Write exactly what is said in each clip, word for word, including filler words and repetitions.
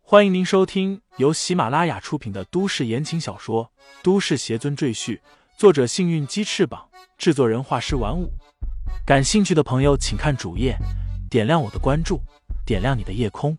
欢迎您收听由喜马拉雅出品的都市言情小说《都市邪尊赘婿》，作者幸运鸡翅膀，制作人画师玩五。感兴趣的朋友请看主页，点亮我的关注，点亮你的夜空。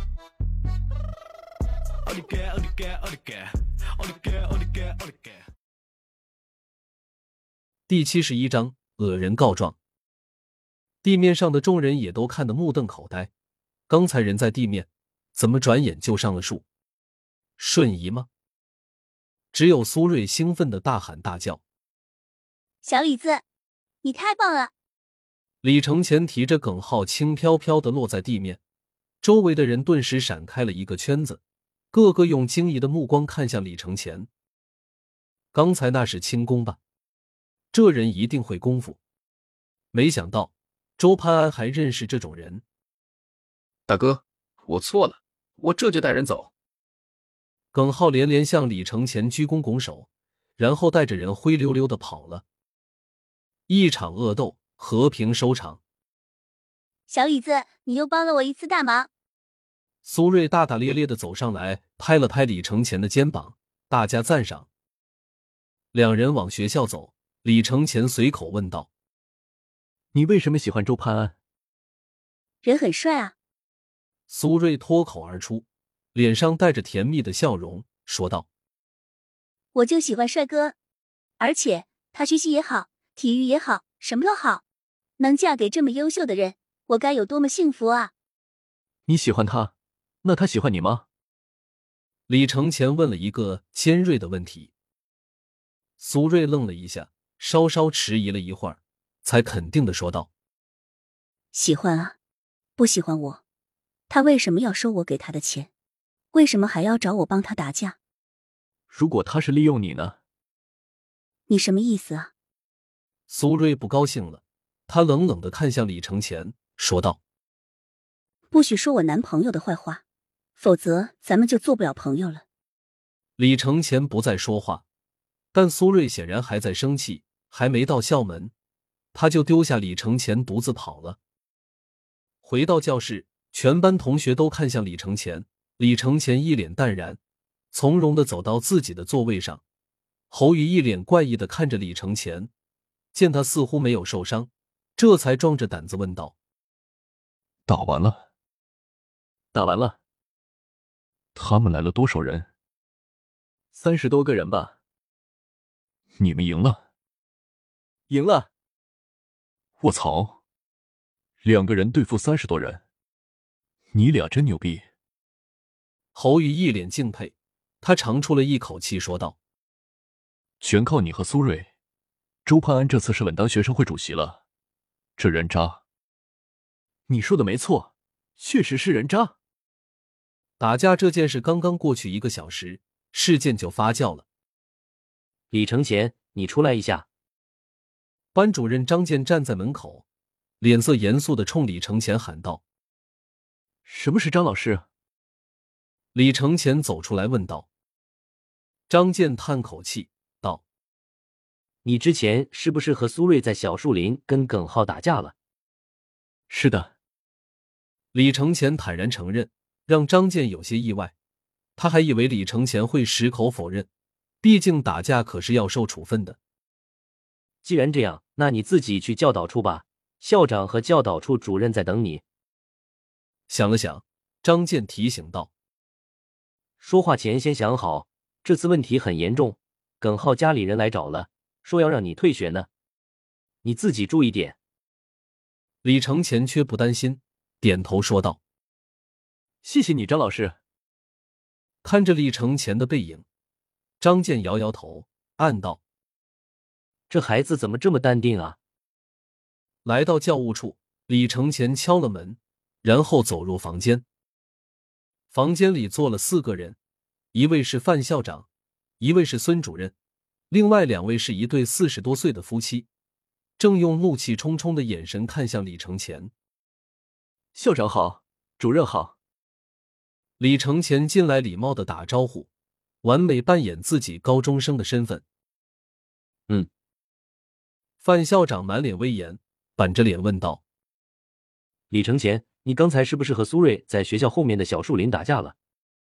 第七十一章恶人告状。地面上的众人也都看得目瞪口呆，刚才人在地面，怎么转眼就上了树？瞬移吗？只有苏瑞兴奋地大喊大叫： 小李子，你太棒了！ 李承前提着耿浩轻飘飘地落在地面，周围的人顿时闪开了一个圈子，个个用惊疑的目光看向李承前。刚才那是轻功吧？这人一定会功夫。没想到周潘安还认识这种人。 大哥，我错了，我这就带人走。 耿浩连连向李承前鞠躬拱手，然后带着人灰溜溜地跑了。一场恶斗和平收场。 小李子，你又帮了我一次大忙。 苏瑞大大咧咧地走上来，拍了拍李承前的肩膀，大家赞赏。两人往学校走，李承前随口问道： 你为什么喜欢周潘安？ 人很帅啊。 苏瑞脱口而出，脸上带着甜蜜的笑容，说道： 我就喜欢帅哥，而且他学习也好，体育也好，什么都好，能嫁给这么优秀的人，我该有多么幸福啊！ 你喜欢他，那他喜欢你吗？ 李承前问了一个尖锐的问题。苏瑞愣了一下，稍稍迟疑了一会儿，才肯定地说道： 喜欢啊，不喜欢我。他为什么要收我给他的钱？为什么还要找我帮他打架？ 如果他是利用你呢？ 你什么意思啊？ 苏瑞不高兴了，他冷冷地看向李承前，说道： 不许说我男朋友的坏话，否则咱们就做不了朋友了。 李承前不再说话，但苏瑞显然还在生气，还没到校门，他就丢下李承前独自跑了。回到教室，全班同学都看向李承前，李承前一脸淡然，从容地走到自己的座位上。侯宇一脸怪异地看着李承前，见他似乎没有受伤，这才壮着胆子问道： 打完了？ 打完了。 他们来了多少人？ 三十多个人吧。 你们赢了？ 赢了。 我操，两个人对付三十多人，你俩真牛逼。 侯宇一脸敬佩，他长出了一口气说道： 全靠你和苏瑞。周潘安这次是稳当学生会主席了，这人渣。 你说的没错，确实是人渣。 打架这件事刚刚过去一个小时，事件就发酵了。 李承前，你出来一下。 班主任张健站在门口，脸色严肃地冲李承前喊道： 什么是张老师？ 李承前走出来问道。张健叹口气道： 你之前是不是和苏瑞在小树林跟耿浩打架了？ 是的。 李承前坦然承认，让张健有些意外，他还以为李承前会矢口否认，毕竟打架可是要受处分的。 既然这样，那你自己去教导处吧，校长和教导处主任在等你。 想了想，张健提醒道： 说话前先想好，这次问题很严重，耿浩家里人来找了，说要让你退学呢，你自己注意点。 李承前却不担心，点头说道： 谢谢你，张老师。 看着李承前的背影，张健摇摇头，暗道： 这孩子怎么这么淡定啊？ 来到教务处，李承前敲了门，然后走入房间。房间里坐了四个人，一位是范校长，一位是孙主任，另外两位是一对四十多岁的夫妻，正用怒气冲冲的眼神看向李承前。 校长好，主任好。 李承前进来礼貌地打招呼，完美扮演自己高中生的身份。 嗯。 范校长满脸威严，板着脸问道： 李承前，你刚才是不是和苏瑞在学校后面的小树林打架了？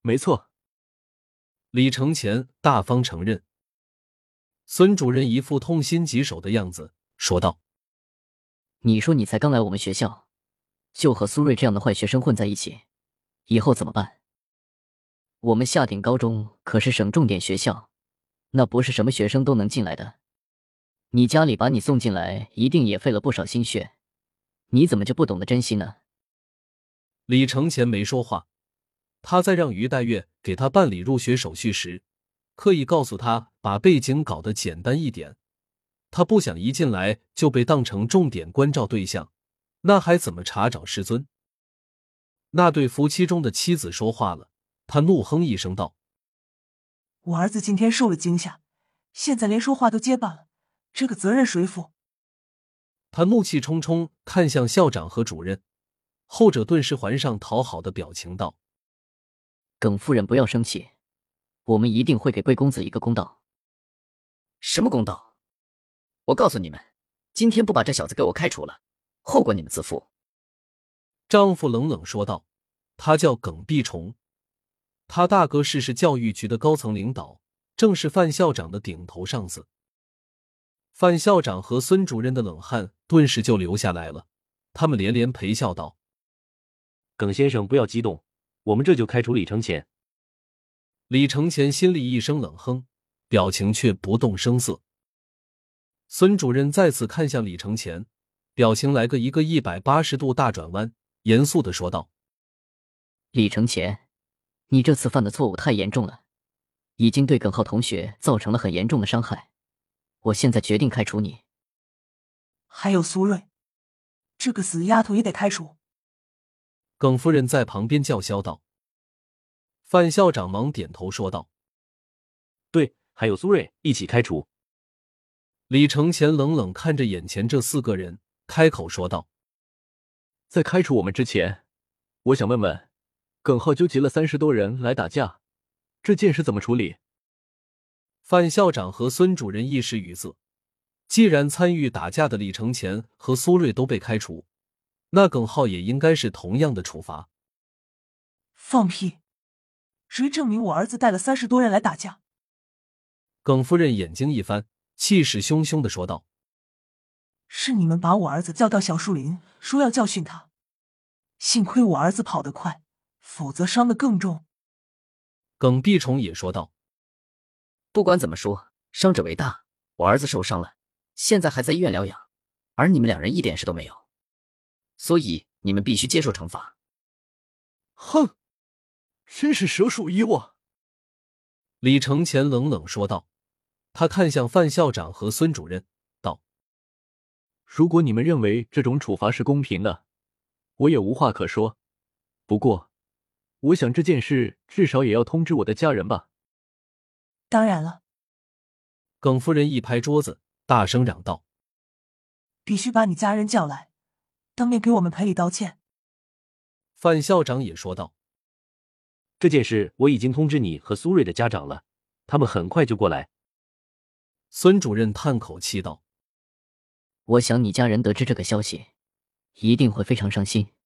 没错。 李承前大方承认。孙主任一副痛心疾首的样子，说道： 你说你才刚来我们学校，就和苏瑞这样的坏学生混在一起，以后怎么办？我们下鼎高中可是省重点学校，那不是什么学生都能进来的。你家里把你送进来，一定也费了不少心血，你怎么就不懂得珍惜呢？ 李承前没说话，他在让于黛月给他办理入学手续时，刻意告诉他把背景搞得简单一点，他不想一进来就被当成重点关照对象，那还怎么查找师尊？那对夫妻中的妻子说话了，他怒哼一声道： 我儿子今天受了惊吓，现在连说话都结巴了，这个责任谁负？ 他怒气冲冲看向校长和主任，后者顿时还上讨好的表情道： 耿夫人不要生气，我们一定会给贵公子一个公道。 什么公道？我告诉你们，今天不把这小子给我开除了，后果你们自负。 丈夫冷冷说道，他叫耿必崇，他大哥是市教育局的高层领导，正是范校长的顶头上司。范校长和孙主任的冷汗顿时就流下来了，他们连连陪笑道： 耿先生不要激动，我们这就开除李承前。 李承前心里一声冷哼，表情却不动声色。孙主任再次看向李承前，表情来个一个一百八十度大转弯，严肃地说道： 李承前，你这次犯的错误太严重了，已经对耿浩同学造成了很严重的伤害，我现在决定开除你。 还有苏瑞，这个死丫头也得开除。 耿夫人在旁边叫嚣道。范校长忙点头说道： 对，还有苏瑞，一起开除。 李承前冷冷看着眼前这四个人，开口说道： 在开除我们之前，我想问问，耿浩纠集了三十多人来打架，这件事怎么处理？ 范校长和孙主任一时语塞，既然参与打架的李承前和苏瑞都被开除，那耿浩也应该是同样的处罚。 放屁！谁证明我儿子带了三十多人来打架？ 耿夫人眼睛一翻，气势汹汹地说道： 是你们把我儿子叫到小树林，说要教训他。幸亏我儿子跑得快，否则伤得更重。 耿必崇也说道： 不管怎么说，伤者为大，我儿子受伤了，现在还在医院疗养，而你们两人一点事都没有，所以你们必须接受惩罚。 哼，真是蛇鼠一窝！ 李承前冷冷说道，他看向范校长和孙主任道： 如果你们认为这种处罚是公平的，我也无话可说，不过我想这件事至少也要通知我的家人吧。 当然了。 耿夫人一拍桌子，大声嚷道： 必须把你家人叫来，当面给我们赔礼道歉。 范校长也说道： 这件事我已经通知你和苏瑞的家长了，他们很快就过来。 孙主任叹口气道： 我想你家人得知这个消息，一定会非常伤心。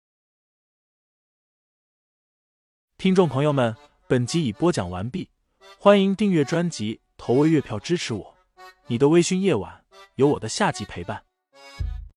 听众朋友们，本集已播讲完毕，欢迎订阅专辑，投喂月票支持我。你的微醺夜晚，有我的下集陪伴。